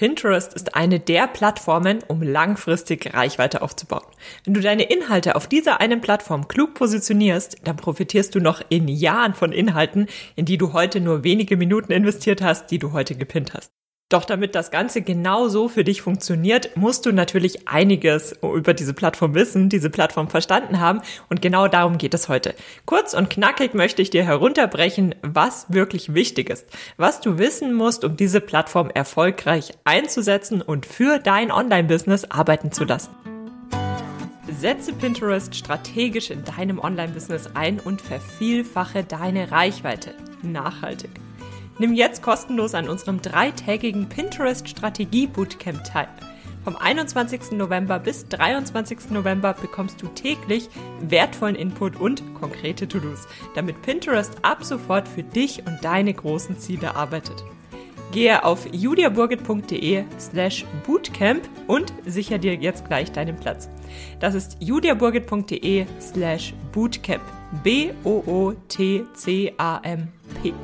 Pinterest ist eine der Plattformen, um langfristig Reichweite aufzubauen. Wenn du deine Inhalte auf dieser einen Plattform klug positionierst, dann profitierst du noch in Jahren von Inhalten, in die du heute nur wenige Minuten investiert hast, die du heute gepinnt hast. Doch damit das Ganze genau so für dich funktioniert, musst du natürlich einiges über diese Plattform wissen, diese Plattform verstanden haben und genau darum geht es heute. Kurz und knackig möchte ich dir herunterbrechen, was wirklich wichtig ist, was du wissen musst, um diese Plattform erfolgreich einzusetzen und für dein Online-Business arbeiten zu lassen. Setze Pinterest strategisch in deinem Online-Business ein und vervielfache deine Reichweite. Nachhaltig. Nimm jetzt kostenlos an unserem 3-tägigen Pinterest-Strategie-Bootcamp teil. Vom 21. November bis 23. November bekommst du täglich wertvollen Input und konkrete To-Dos, damit Pinterest ab sofort für dich und deine großen Ziele arbeitet. Gehe auf juliaburgit.de/bootcamp und sicher dir jetzt gleich deinen Platz. Das ist juliaburgit.de/bootcamp. BOOTCAMP.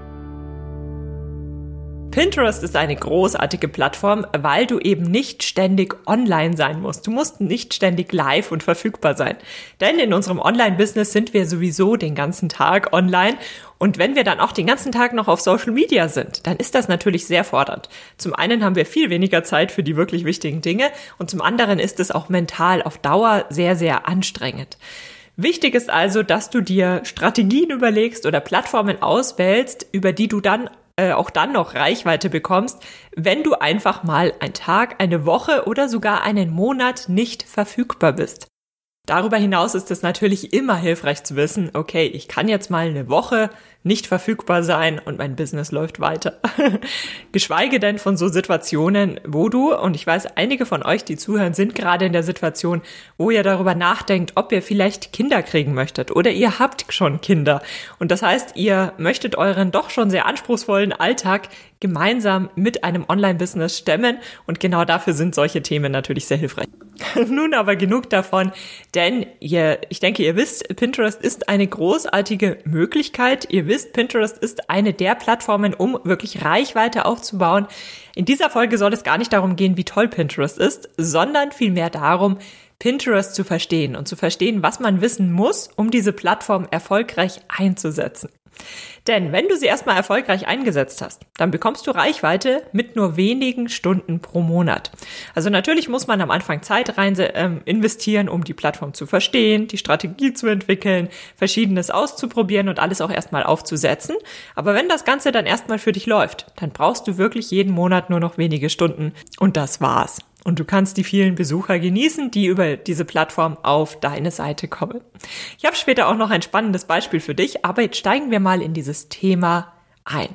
Pinterest ist eine großartige Plattform, weil du eben nicht ständig online sein musst. Du musst nicht ständig live und verfügbar sein. Denn in unserem Online-Business sind wir sowieso den ganzen Tag online. Und wenn wir dann auch den ganzen Tag noch auf Social Media sind, dann ist das natürlich sehr fordernd. Zum einen haben wir viel weniger Zeit für die wirklich wichtigen Dinge und zum anderen ist es auch mental auf Dauer sehr, sehr anstrengend. Wichtig ist also, dass du dir Strategien überlegst oder Plattformen auswählst, über die du dann auch dann noch Reichweite bekommst, wenn du einfach mal einen Tag, eine Woche oder sogar einen Monat nicht verfügbar bist. Darüber hinaus ist es natürlich immer hilfreich zu wissen, okay, ich kann jetzt mal eine Woche nicht verfügbar sein und mein Business läuft weiter. Geschweige denn von so Situationen, wo du, und ich weiß, einige von euch, die zuhören, sind gerade in der Situation, wo ihr darüber nachdenkt, ob ihr vielleicht Kinder kriegen möchtet oder ihr habt schon Kinder. Und das heißt, ihr möchtet euren doch schon sehr anspruchsvollen Alltag gemeinsam mit einem Online-Business stemmen und genau dafür sind solche Themen natürlich sehr hilfreich. Nun aber genug davon, denn ich denke, ihr wisst, Pinterest ist eine großartige Möglichkeit. Ihr wisst, Pinterest ist eine der Plattformen, um wirklich Reichweite aufzubauen. In dieser Folge soll es gar nicht darum gehen, wie toll Pinterest ist, sondern vielmehr darum, Pinterest zu verstehen und zu verstehen, was man wissen muss, um diese Plattform erfolgreich einzusetzen. Denn wenn du sie erstmal erfolgreich eingesetzt hast, dann bekommst du Reichweite mit nur wenigen Stunden pro Monat. Also natürlich muss man am Anfang Zeit rein investieren, um die Plattform zu verstehen, die Strategie zu entwickeln, Verschiedenes auszuprobieren und alles auch erstmal aufzusetzen. Aber wenn das Ganze dann erstmal für dich läuft, dann brauchst du wirklich jeden Monat nur noch wenige Stunden und das war's. Und du kannst die vielen Besucher genießen, die über diese Plattform auf deine Seite kommen. Ich habe später auch noch ein spannendes Beispiel für dich, aber jetzt steigen wir mal in dieses Thema ein.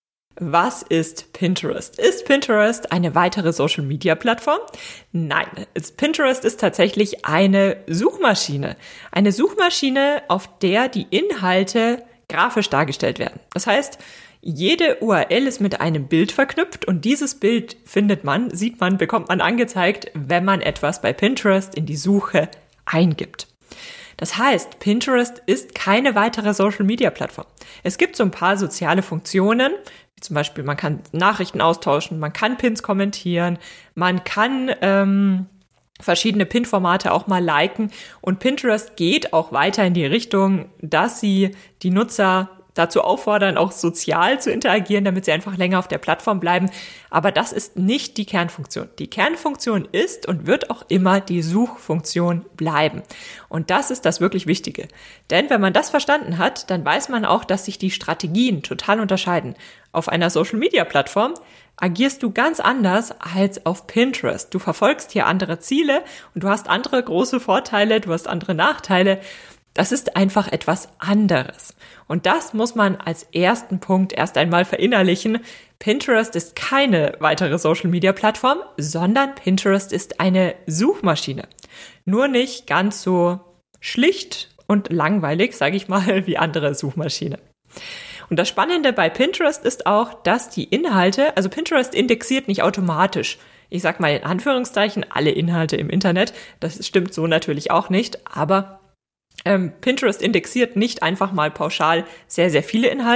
Was ist Pinterest? Ist Pinterest eine weitere Social-Media-Plattform? Nein, Pinterest ist tatsächlich eine Suchmaschine. Eine Suchmaschine, auf der die Inhalte grafisch dargestellt werden. Das heißt, jede URL ist mit einem Bild verknüpft und dieses Bild bekommt man angezeigt, wenn man etwas bei Pinterest in die Suche eingibt. Das heißt, Pinterest ist keine weitere Social-Media-Plattform. Es gibt so ein paar soziale Funktionen, wie zum Beispiel man kann Nachrichten austauschen, man kann Pins kommentieren, man kann verschiedene Pin-Formate auch mal liken und Pinterest geht auch weiter in die Richtung, dass sie die Nutzer dazu auffordern, auch sozial zu interagieren, damit sie einfach länger auf der Plattform bleiben. Aber das ist nicht die Kernfunktion. Die Kernfunktion ist und wird auch immer die Suchfunktion bleiben. Und das ist das wirklich Wichtige. Denn wenn man das verstanden hat, dann weiß man auch, dass sich die Strategien total unterscheiden. Auf einer Social-Media-Plattform agierst du ganz anders als auf Pinterest. Du verfolgst hier andere Ziele und du hast andere große Vorteile, du hast andere Nachteile. Das ist einfach etwas anderes. Und das muss man als ersten Punkt erst einmal verinnerlichen. Pinterest ist keine weitere Social-Media-Plattform, sondern Pinterest ist eine Suchmaschine. Nur nicht ganz so schlicht und langweilig, sage ich mal, wie andere Suchmaschinen. Und das Spannende bei Pinterest ist auch, dass die Inhalte, also Pinterest indexiert nicht automatisch, ich sag mal in Anführungszeichen, alle Inhalte im Internet. Das stimmt so natürlich auch nicht, aber Pinterest indexiert nicht einfach mal pauschal sehr, sehr viele Inhalte,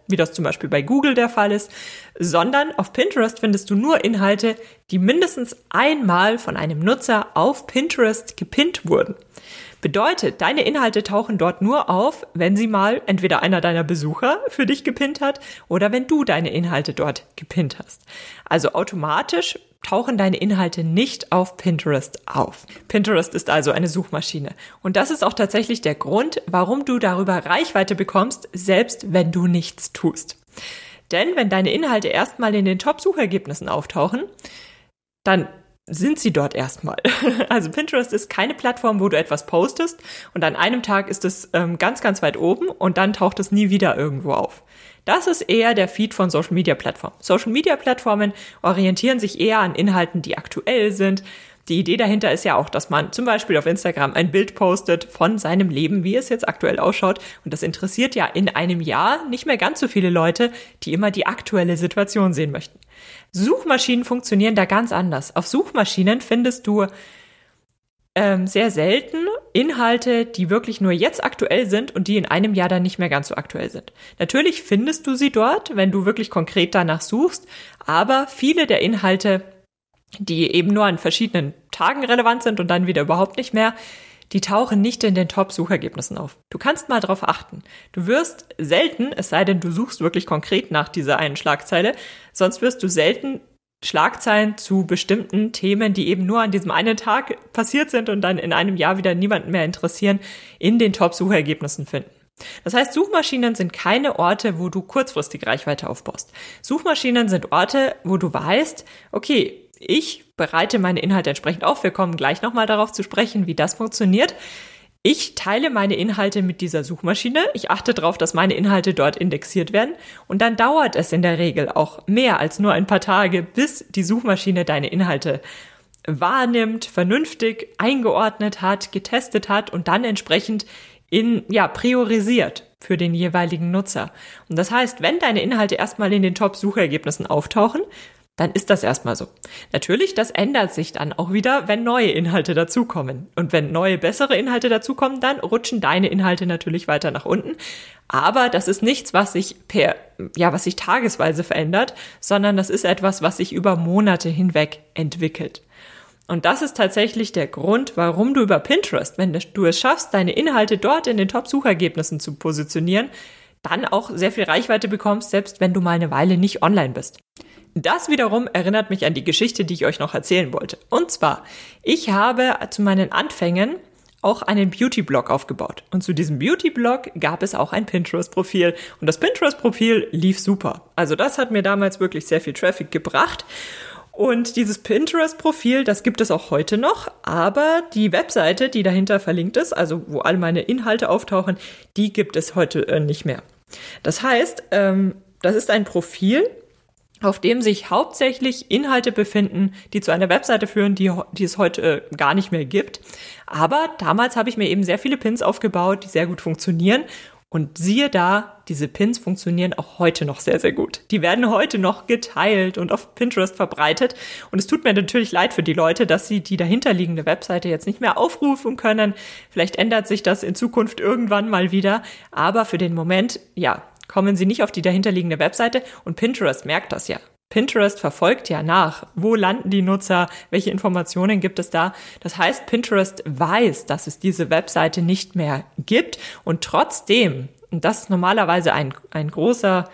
wie das zum Beispiel bei Google der Fall ist, sondern auf Pinterest findest du nur Inhalte, die mindestens einmal von einem Nutzer auf Pinterest gepinnt wurden. Bedeutet, deine Inhalte tauchen dort nur auf, wenn sie mal entweder einer deiner Besucher für dich gepinnt hat oder wenn du deine Inhalte dort gepinnt hast. Also automatisch tauchen deine Inhalte nicht auf Pinterest auf. Pinterest ist also eine Suchmaschine. Und das ist auch tatsächlich der Grund, warum du darüber Reichweite bekommst, selbst wenn du nichts tust. Denn wenn deine Inhalte erstmal in den Top-Suchergebnissen auftauchen, dann sind sie dort erstmal. Also Pinterest ist keine Plattform, wo du etwas postest und an einem Tag ist es ganz, ganz weit oben und dann taucht es nie wieder irgendwo auf. Das ist eher der Feed von Social-Media-Plattformen. Social-Media-Plattformen orientieren sich eher an Inhalten, die aktuell sind. Die Idee dahinter ist ja auch, dass man zum Beispiel auf Instagram ein Bild postet von seinem Leben, wie es jetzt aktuell ausschaut. Und das interessiert ja in einem Jahr nicht mehr ganz so viele Leute, die immer die aktuelle Situation sehen möchten. Suchmaschinen funktionieren da ganz anders. Auf Suchmaschinen findest du sehr selten Inhalte, die wirklich nur jetzt aktuell sind und die in einem Jahr dann nicht mehr ganz so aktuell sind. Natürlich findest du sie dort, wenn du wirklich konkret danach suchst, aber viele der Inhalte, die eben nur an verschiedenen Tagen relevant sind und dann wieder überhaupt nicht mehr, die tauchen nicht in den Top-Suchergebnissen auf. Du kannst mal drauf achten. Du wirst selten, es sei denn, du suchst wirklich konkret nach dieser einen Schlagzeile, sonst wirst du selten Schlagzeilen zu bestimmten Themen, die eben nur an diesem einen Tag passiert sind und dann in einem Jahr wieder niemanden mehr interessieren, in den Top-Suchergebnissen finden. Das heißt, Suchmaschinen sind keine Orte, wo du kurzfristig Reichweite aufbaust. Suchmaschinen sind Orte, wo du weißt, okay, ich bereite meine Inhalte entsprechend auf. Wir kommen gleich nochmal darauf zu sprechen, wie das funktioniert. Ich teile meine Inhalte mit dieser Suchmaschine. Ich achte darauf, dass meine Inhalte dort indexiert werden. Und dann dauert es in der Regel auch mehr als nur ein paar Tage, bis die Suchmaschine deine Inhalte wahrnimmt, vernünftig eingeordnet hat, getestet hat und dann entsprechend priorisiert für den jeweiligen Nutzer. Und das heißt, wenn deine Inhalte erstmal in den Top-Suchergebnissen auftauchen, dann ist das erstmal so. Natürlich, das ändert sich dann auch wieder, wenn neue Inhalte dazukommen. Und wenn neue, bessere Inhalte dazukommen, dann rutschen deine Inhalte natürlich weiter nach unten. Aber das ist nichts, was sich tagesweise verändert, sondern das ist etwas, was sich über Monate hinweg entwickelt. Und das ist tatsächlich der Grund, warum du über Pinterest, wenn du es schaffst, deine Inhalte dort in den Top-Suchergebnissen zu positionieren, dann auch sehr viel Reichweite bekommst, selbst wenn du mal eine Weile nicht online bist. Das wiederum erinnert mich an die Geschichte, die ich euch noch erzählen wollte. Und zwar, ich habe zu meinen Anfängen auch einen Beauty-Blog aufgebaut. Und zu diesem Beauty-Blog gab es auch ein Pinterest-Profil. Und das Pinterest-Profil lief super. Also das hat mir damals wirklich sehr viel Traffic gebracht. Und dieses Pinterest-Profil, das gibt es auch heute noch. Aber die Webseite, die dahinter verlinkt ist, also wo all meine Inhalte auftauchen, die gibt es heute nicht mehr. Das heißt, das ist ein Profil, auf dem sich hauptsächlich Inhalte befinden, die zu einer Webseite führen, die es heute gar nicht mehr gibt. Aber damals habe ich mir eben sehr viele Pins aufgebaut, die sehr gut funktionieren. Und siehe da, diese Pins funktionieren auch heute noch sehr, sehr gut. Die werden heute noch geteilt und auf Pinterest verbreitet. Und es tut mir natürlich leid für die Leute, dass sie die dahinterliegende Webseite jetzt nicht mehr aufrufen können. Vielleicht ändert sich das in Zukunft irgendwann mal wieder. Aber für den Moment, kommen sie nicht auf die dahinterliegende Webseite und Pinterest merkt das ja. Pinterest verfolgt ja nach, wo landen die Nutzer, welche Informationen gibt es da. Das heißt, Pinterest weiß, dass es diese Webseite nicht mehr gibt und trotzdem, und das ist normalerweise ein großer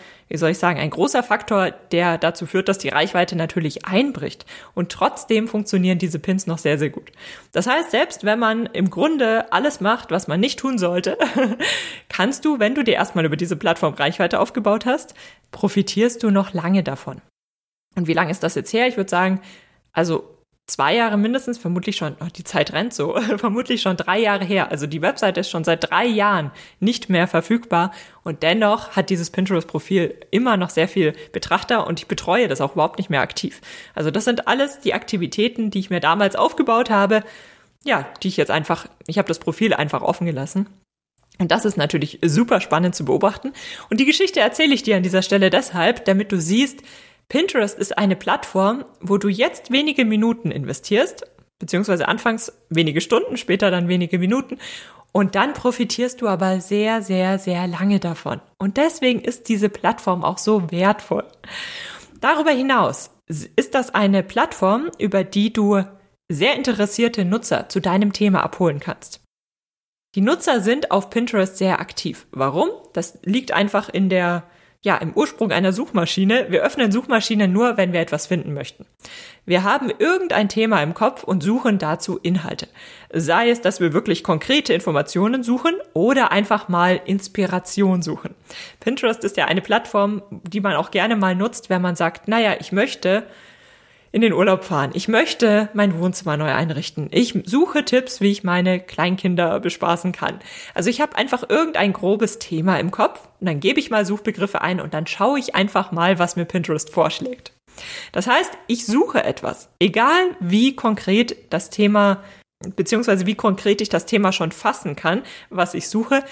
Faktor, der dazu führt, dass die Reichweite natürlich einbricht. Und trotzdem funktionieren diese Pins noch sehr, sehr gut. Das heißt, selbst wenn man im Grunde alles macht, was man nicht tun sollte, kannst du, wenn du dir erstmal über diese Plattform Reichweite aufgebaut hast, profitierst du noch lange davon. Und wie lange ist das jetzt her? Ich würde sagen, also 2 Jahre mindestens, vermutlich schon, die Zeit rennt so, vermutlich schon 3 Jahre her. Also die Webseite ist schon seit 3 Jahren nicht mehr verfügbar und dennoch hat dieses Pinterest-Profil immer noch sehr viel Betrachter und ich betreue das auch überhaupt nicht mehr aktiv. Also das sind alles die Aktivitäten, die ich mir damals aufgebaut habe, ich habe das Profil einfach offen gelassen. Und das ist natürlich super spannend zu beobachten. Und die Geschichte erzähle ich dir an dieser Stelle deshalb, damit du siehst, Pinterest ist eine Plattform, wo du jetzt wenige Minuten investierst, beziehungsweise anfangs wenige Stunden, später dann wenige Minuten. Und dann profitierst du aber sehr, sehr, sehr lange davon. Und deswegen ist diese Plattform auch so wertvoll. Darüber hinaus ist das eine Plattform, über die du sehr interessierte Nutzer zu deinem Thema abholen kannst. Die Nutzer sind auf Pinterest sehr aktiv. Warum? Das liegt einfach im Ursprung einer Suchmaschine. Wir öffnen Suchmaschinen nur, wenn wir etwas finden möchten. Wir haben irgendein Thema im Kopf und suchen dazu Inhalte. Sei es, dass wir wirklich konkrete Informationen suchen oder einfach mal Inspiration suchen. Pinterest ist ja eine Plattform, die man auch gerne mal nutzt, wenn man sagt, ich möchte in den Urlaub fahren. Ich möchte mein Wohnzimmer neu einrichten. Ich suche Tipps, wie ich meine Kleinkinder bespaßen kann. Also ich habe einfach irgendein grobes Thema im Kopf und dann gebe ich mal Suchbegriffe ein und dann schaue ich einfach mal, was mir Pinterest vorschlägt. Das heißt, ich suche etwas, egal wie konkret das Thema beziehungsweise wie konkret ich das Thema schon fassen kann, was ich suche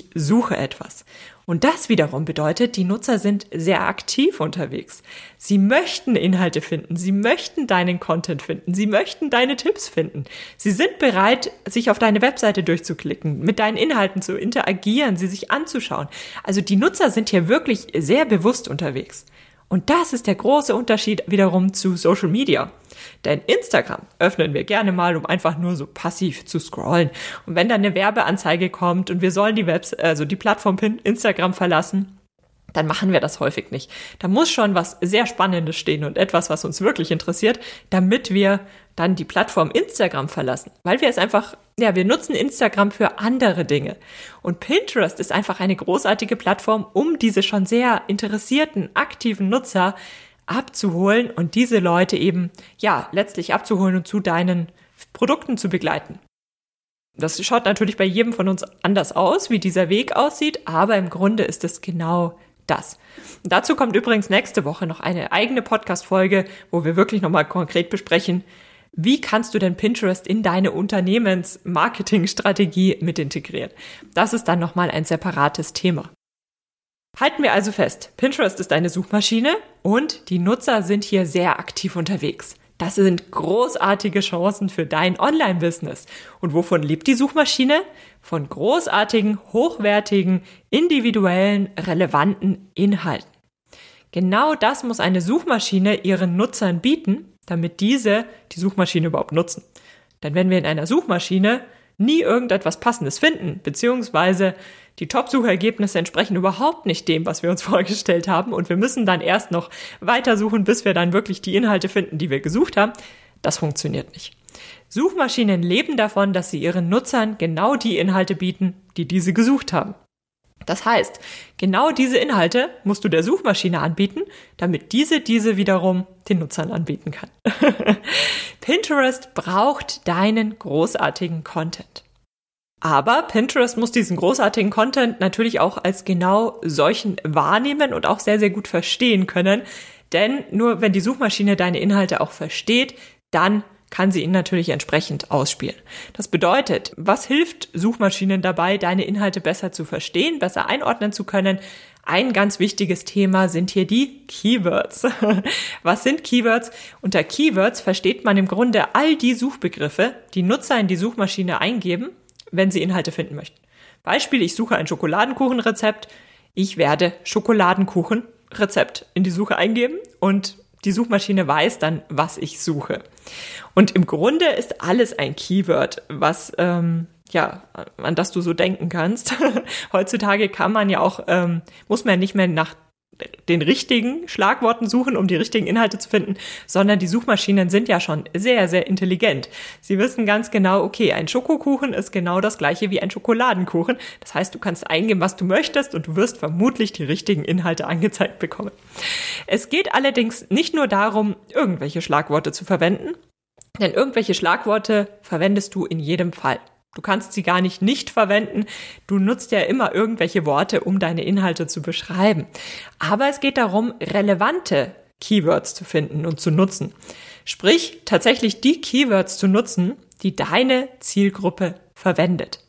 etwas. Und das wiederum bedeutet, die Nutzer sind sehr aktiv unterwegs. Sie möchten Inhalte finden, sie möchten deinen Content finden, sie möchten deine Tipps finden. Sie sind bereit, sich auf deine Webseite durchzuklicken, mit deinen Inhalten zu interagieren, sie sich anzuschauen. Also die Nutzer sind hier wirklich sehr bewusst unterwegs. Und das ist der große Unterschied wiederum zu Social Media. Denn Instagram öffnen wir gerne mal, um einfach nur so passiv zu scrollen. Und wenn dann eine Werbeanzeige kommt und wir sollen die Plattform Instagram verlassen, dann machen wir das häufig nicht. Da muss schon was sehr Spannendes stehen und etwas, was uns wirklich interessiert, damit wir dann die Plattform Instagram verlassen. Weil wir es einfach, wir nutzen Instagram für andere Dinge. Und Pinterest ist einfach eine großartige Plattform, um diese schon sehr interessierten, aktiven Nutzer abzuholen und diese Leute eben, letztlich abzuholen und zu deinen Produkten zu begleiten. Das schaut natürlich bei jedem von uns anders aus, wie dieser Weg aussieht, aber im Grunde ist es genau das. Und dazu kommt übrigens nächste Woche noch eine eigene Podcast-Folge, wo wir wirklich nochmal konkret besprechen, wie kannst du denn Pinterest in deine Unternehmens-Marketing-Strategie mit integrieren? Das ist dann nochmal ein separates Thema. Halten wir also fest, Pinterest ist eine Suchmaschine und die Nutzer sind hier sehr aktiv unterwegs. Das sind großartige Chancen für dein Online-Business. Und wovon lebt die Suchmaschine? Von großartigen, hochwertigen, individuellen, relevanten Inhalten. Genau das muss eine Suchmaschine ihren Nutzern bieten, damit diese die Suchmaschine überhaupt nutzen. Denn wenn wir in einer Suchmaschine nie irgendetwas Passendes finden, beziehungsweise die Top-Suchergebnisse entsprechen überhaupt nicht dem, was wir uns vorgestellt haben und wir müssen dann erst noch weitersuchen, bis wir dann wirklich die Inhalte finden, die wir gesucht haben, das funktioniert nicht. Suchmaschinen leben davon, dass sie ihren Nutzern genau die Inhalte bieten, die diese gesucht haben. Das heißt, genau diese Inhalte musst du der Suchmaschine anbieten, damit diese wiederum den Nutzern anbieten kann. Pinterest braucht deinen großartigen Content. Aber Pinterest muss diesen großartigen Content natürlich auch als genau solchen wahrnehmen und auch sehr, sehr gut verstehen können. Denn nur wenn die Suchmaschine deine Inhalte auch versteht, dann kann sie ihn natürlich entsprechend ausspielen. Das bedeutet, was hilft Suchmaschinen dabei, deine Inhalte besser zu verstehen, besser einordnen zu können? Ein ganz wichtiges Thema sind hier die Keywords. Was sind Keywords? Unter Keywords versteht man im Grunde all die Suchbegriffe, die Nutzer in die Suchmaschine eingeben, wenn sie Inhalte finden möchten. Beispiel, ich suche ein Schokoladenkuchenrezept. Ich werde Schokoladenkuchenrezept in die Suche eingeben und die Suchmaschine weiß dann, was ich suche. Und im Grunde ist alles ein Keyword, was an das du so denken kannst. Heutzutage kann man ja auch, muss man nicht mehr nach den richtigen Schlagworten suchen, um die richtigen Inhalte zu finden, sondern die Suchmaschinen sind ja schon sehr, sehr intelligent. Sie wissen ganz genau, okay, ein Schokokuchen ist genau das gleiche wie ein Schokoladenkuchen. Das heißt, du kannst eingeben, was du möchtest und du wirst vermutlich die richtigen Inhalte angezeigt bekommen. Es geht allerdings nicht nur darum, irgendwelche Schlagworte zu verwenden, denn irgendwelche Schlagworte verwendest du in jedem Fall. Du kannst sie gar nicht verwenden. Du nutzt ja immer irgendwelche Worte, um deine Inhalte zu beschreiben. Aber es geht darum, relevante Keywords zu finden und zu nutzen. Sprich, tatsächlich die Keywords zu nutzen, die deine Zielgruppe verwendet.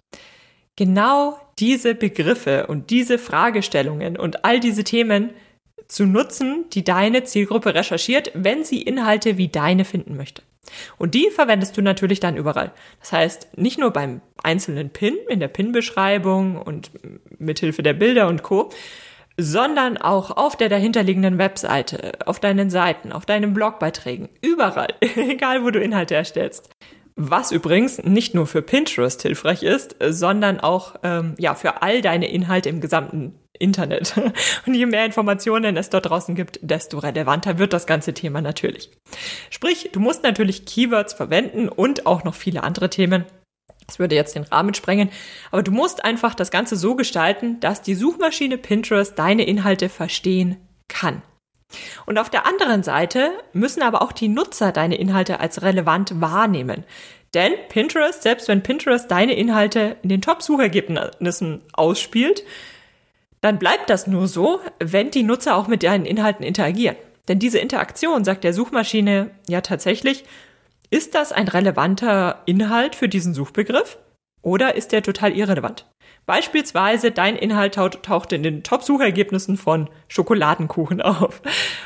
Genau diese Begriffe und diese Fragestellungen und all diese Themen zu nutzen, die deine Zielgruppe recherchiert, wenn sie Inhalte wie deine finden möchte. Und die verwendest du natürlich dann überall. Das heißt, nicht nur beim einzelnen Pin, in der Pin-Beschreibung und mithilfe der Bilder und Co., sondern auch auf der dahinterliegenden Webseite, auf deinen Seiten, auf deinen Blogbeiträgen, überall, egal wo du Inhalte erstellst. Was übrigens nicht nur für Pinterest hilfreich ist, sondern auch für all deine Inhalte im gesamten Internet. Und je mehr Informationen es dort draußen gibt, desto relevanter wird das ganze Thema natürlich. Sprich, du musst natürlich Keywords verwenden und auch noch viele andere Themen. Das würde jetzt den Rahmen sprengen, aber du musst einfach das Ganze so gestalten, dass die Suchmaschine Pinterest deine Inhalte verstehen kann. Und auf der anderen Seite müssen aber auch die Nutzer deine Inhalte als relevant wahrnehmen. Denn Pinterest, selbst wenn Pinterest deine Inhalte in den Top-Suchergebnissen ausspielt, dann bleibt das nur so, wenn die Nutzer auch mit deinen Inhalten interagieren. Denn diese Interaktion sagt der Suchmaschine ja tatsächlich, ist das ein relevanter Inhalt für diesen Suchbegriff oder ist der total irrelevant? Beispielsweise dein Inhalt taucht in den Top-Suchergebnissen von Schokoladenkuchen auf.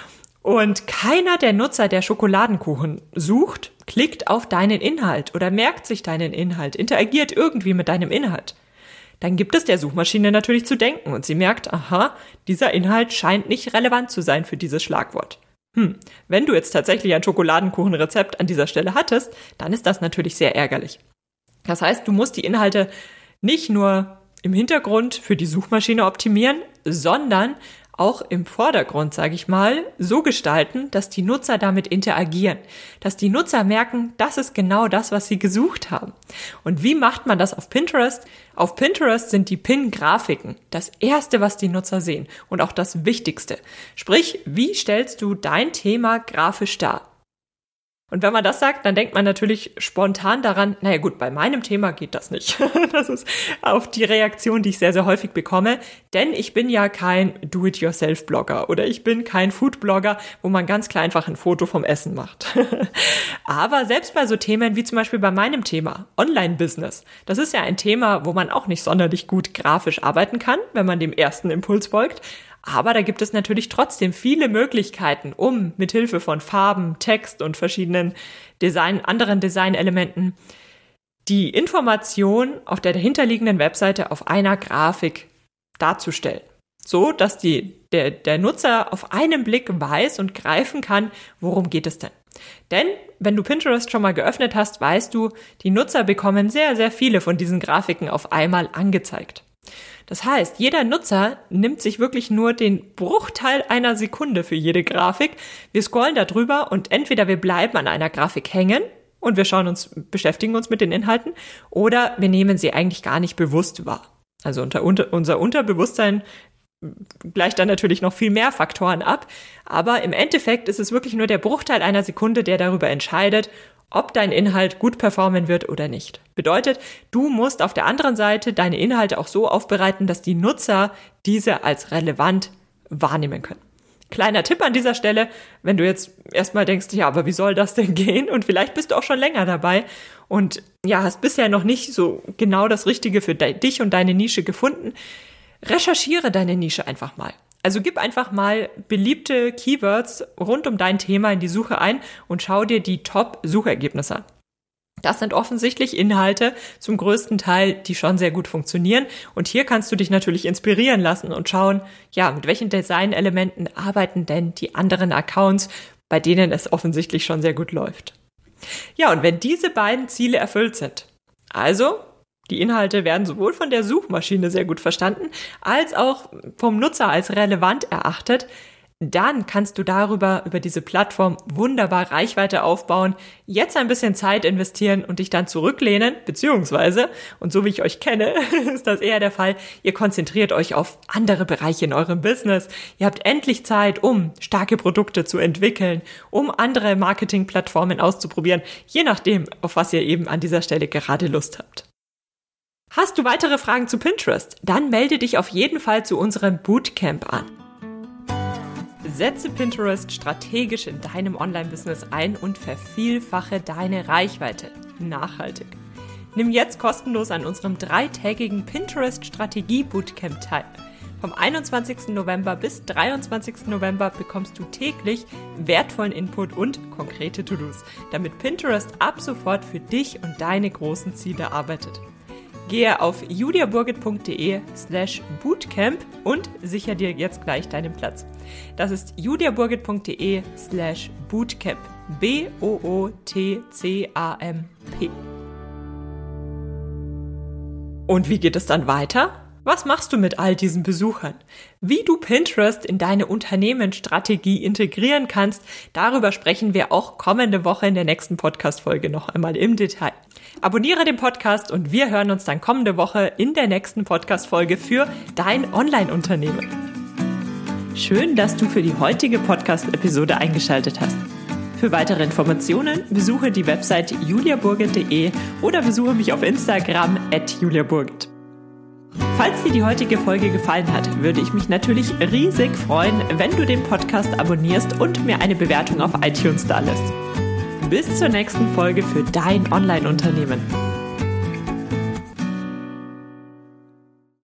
Und keiner der Nutzer, der Schokoladenkuchen sucht, klickt auf deinen Inhalt oder merkt sich deinen Inhalt, interagiert irgendwie mit deinem Inhalt. Dann gibt es der Suchmaschine natürlich zu denken und sie merkt, aha, dieser Inhalt scheint nicht relevant zu sein für dieses Schlagwort. Wenn du jetzt tatsächlich ein Schokoladenkuchenrezept an dieser Stelle hattest, dann ist das natürlich sehr ärgerlich. Das heißt, du musst die Inhalte nicht nur im Hintergrund für die Suchmaschine optimieren, sondern auch im Vordergrund, sage ich mal, so gestalten, dass die Nutzer damit interagieren, dass die Nutzer merken, das ist genau das, was sie gesucht haben. Und wie macht man das auf Pinterest? Auf Pinterest sind die Pin-Grafiken das Erste, was die Nutzer sehen und auch das Wichtigste. Sprich, wie stellst du dein Thema grafisch dar? Und wenn man das sagt, dann denkt man natürlich spontan daran, naja gut, bei meinem Thema geht das nicht. Das ist auch die Reaktion, die ich sehr, sehr häufig bekomme. Denn ich bin ja kein Do-it-yourself-Blogger oder ich bin kein Food-Blogger, wo man ganz klar einfach ein Foto vom Essen macht. Aber selbst bei so Themen wie zum Beispiel bei meinem Thema, Online-Business, das ist ja ein Thema, wo man auch nicht sonderlich gut grafisch arbeiten kann, wenn man dem ersten Impuls folgt. Aber da gibt es natürlich trotzdem viele Möglichkeiten, um mithilfe von Farben, Text und verschiedenen anderen Designelementen die Information auf der dahinterliegenden Webseite auf einer Grafik darzustellen. So, dass der Nutzer auf einen Blick weiß und greifen kann, worum geht es denn. Denn wenn du Pinterest schon mal geöffnet hast, weißt du, die Nutzer bekommen sehr, sehr viele von diesen Grafiken auf einmal angezeigt. Das heißt, jeder Nutzer nimmt sich wirklich nur den Bruchteil einer Sekunde für jede Grafik. Wir scrollen da drüber und entweder wir bleiben an einer Grafik hängen und wir beschäftigen uns mit den Inhalten oder wir nehmen sie eigentlich gar nicht bewusst wahr. Also unser Unterbewusstsein gleicht dann natürlich noch viel mehr Faktoren ab, aber im Endeffekt ist es wirklich nur der Bruchteil einer Sekunde, der darüber entscheidet, ob dein Inhalt gut performen wird oder nicht. Bedeutet, du musst auf der anderen Seite deine Inhalte auch so aufbereiten, dass die Nutzer diese als relevant wahrnehmen können. Kleiner Tipp an dieser Stelle, wenn du jetzt erstmal denkst, ja, aber wie soll das denn gehen? Und vielleicht bist du auch schon länger dabei und ja, hast bisher noch nicht so genau das Richtige für dich und deine Nische gefunden. Recherchiere deine Nische einfach mal. Also gib einfach mal beliebte Keywords rund um dein Thema in die Suche ein und schau dir die Top-Suchergebnisse an. Das sind offensichtlich Inhalte zum größten Teil, die schon sehr gut funktionieren. Und hier kannst du dich natürlich inspirieren lassen und schauen, ja, mit welchen Designelementen arbeiten denn die anderen Accounts, bei denen es offensichtlich schon sehr gut läuft. Ja, und wenn diese beiden Ziele erfüllt sind, also die Inhalte werden sowohl von der Suchmaschine sehr gut verstanden, als auch vom Nutzer als relevant erachtet, dann kannst du über diese Plattform wunderbar Reichweite aufbauen, jetzt ein bisschen Zeit investieren und dich dann zurücklehnen, beziehungsweise, und so wie ich euch kenne, ist das eher der Fall, ihr konzentriert euch auf andere Bereiche in eurem Business. Ihr habt endlich Zeit, um starke Produkte zu entwickeln, um andere Marketingplattformen auszuprobieren, je nachdem, auf was ihr eben an dieser Stelle gerade Lust habt. Hast du weitere Fragen zu Pinterest? Dann melde dich auf jeden Fall zu unserem Bootcamp an. Setze Pinterest strategisch in deinem Online-Business ein und vervielfache deine Reichweite. Nachhaltig. Nimm jetzt kostenlos an unserem 3-tägigen Pinterest-Strategie-Bootcamp teil. Vom 21. November bis 23. November bekommst du täglich wertvollen Input und konkrete To-Dos, damit Pinterest ab sofort für dich und deine großen Ziele arbeitet. Gehe auf juliaburgit.de/bootcamp und sicher dir jetzt gleich deinen Platz. Das ist juliaburgit.de/bootcamp. BOOTCAMP. Und wie geht es dann weiter? Was machst du mit all diesen Besuchern? Wie du Pinterest in deine Unternehmensstrategie integrieren kannst, darüber sprechen wir auch kommende Woche in der nächsten Podcast-Folge noch einmal im Detail. Abonniere den Podcast und wir hören uns dann kommende Woche in der nächsten Podcast-Folge für dein Online-Unternehmen. Schön, dass du für die heutige Podcast-Episode eingeschaltet hast. Für weitere Informationen besuche die Website juliaburgit.de oder besuche mich auf Instagram @juliaburgit. Falls dir die heutige Folge gefallen hat, würde ich mich natürlich riesig freuen, wenn du den Podcast abonnierst und mir eine Bewertung auf iTunes dalässt. Bis zur nächsten Folge für dein Online-Unternehmen.